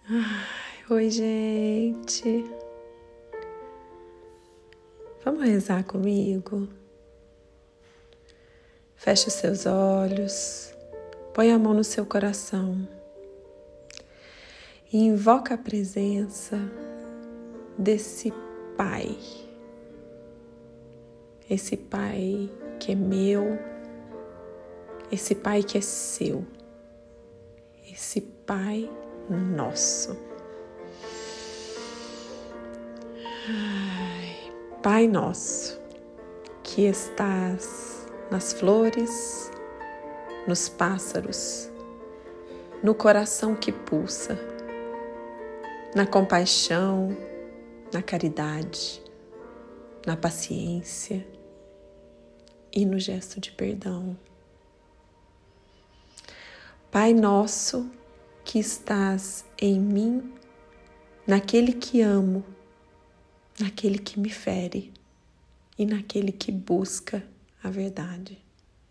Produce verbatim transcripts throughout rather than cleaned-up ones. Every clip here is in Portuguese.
Ai, oi, gente. Vamos rezar comigo? Feche os seus olhos, põe a mão no seu coração e invoca a presença desse Pai. Esse Pai que é meu, esse Pai que é seu, esse Pai nosso. Ai, Pai nosso, que estás nas flores, nos pássaros, no coração que pulsa, na compaixão, na caridade, na paciência e no gesto de perdão. Pai nosso, que estás em mim, naquele que amo, naquele que me fere e naquele que busca a verdade.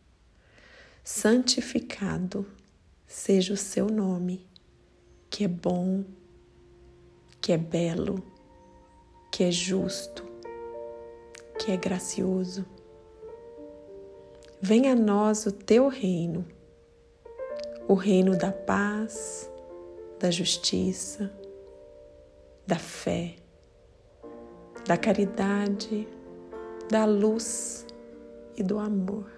Santificado seja o seu nome, que é bom, que é belo, que é justo, que é gracioso. Venha a nós o teu reino, o reino da paz, da justiça, da fé, da caridade, da luz e do amor.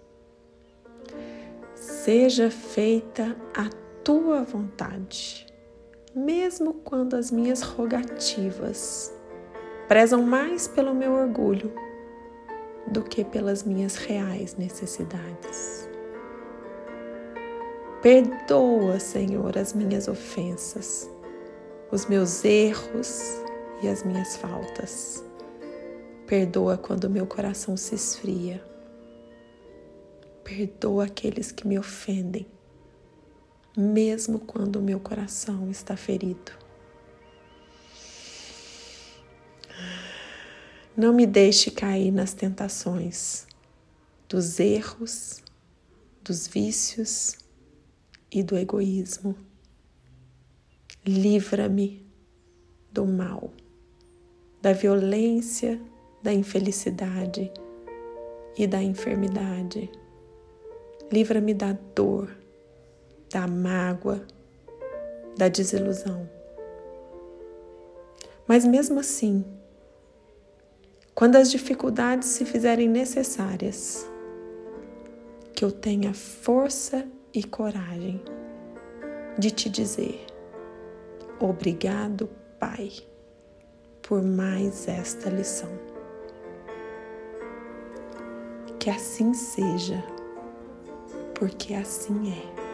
Seja feita a tua vontade, mesmo quando as minhas rogativas prezam mais pelo meu orgulho do que pelas minhas reais necessidades. Perdoa, Senhor, as minhas ofensas, os meus erros e as minhas faltas. Perdoa quando meu coração se esfria. Perdoa aqueles que me ofendem, mesmo quando o meu coração está ferido. Não me deixe cair nas tentações dos erros, dos vícios e do egoísmo. Livra-me do mal, da violência, da infelicidade e da enfermidade. Livra-me da dor, da mágoa, da desilusão. Mas mesmo assim, quando as dificuldades se fizerem necessárias, que eu tenha força e coragem de te dizer: obrigado, Pai, por mais esta lição. Que assim seja, porque assim é.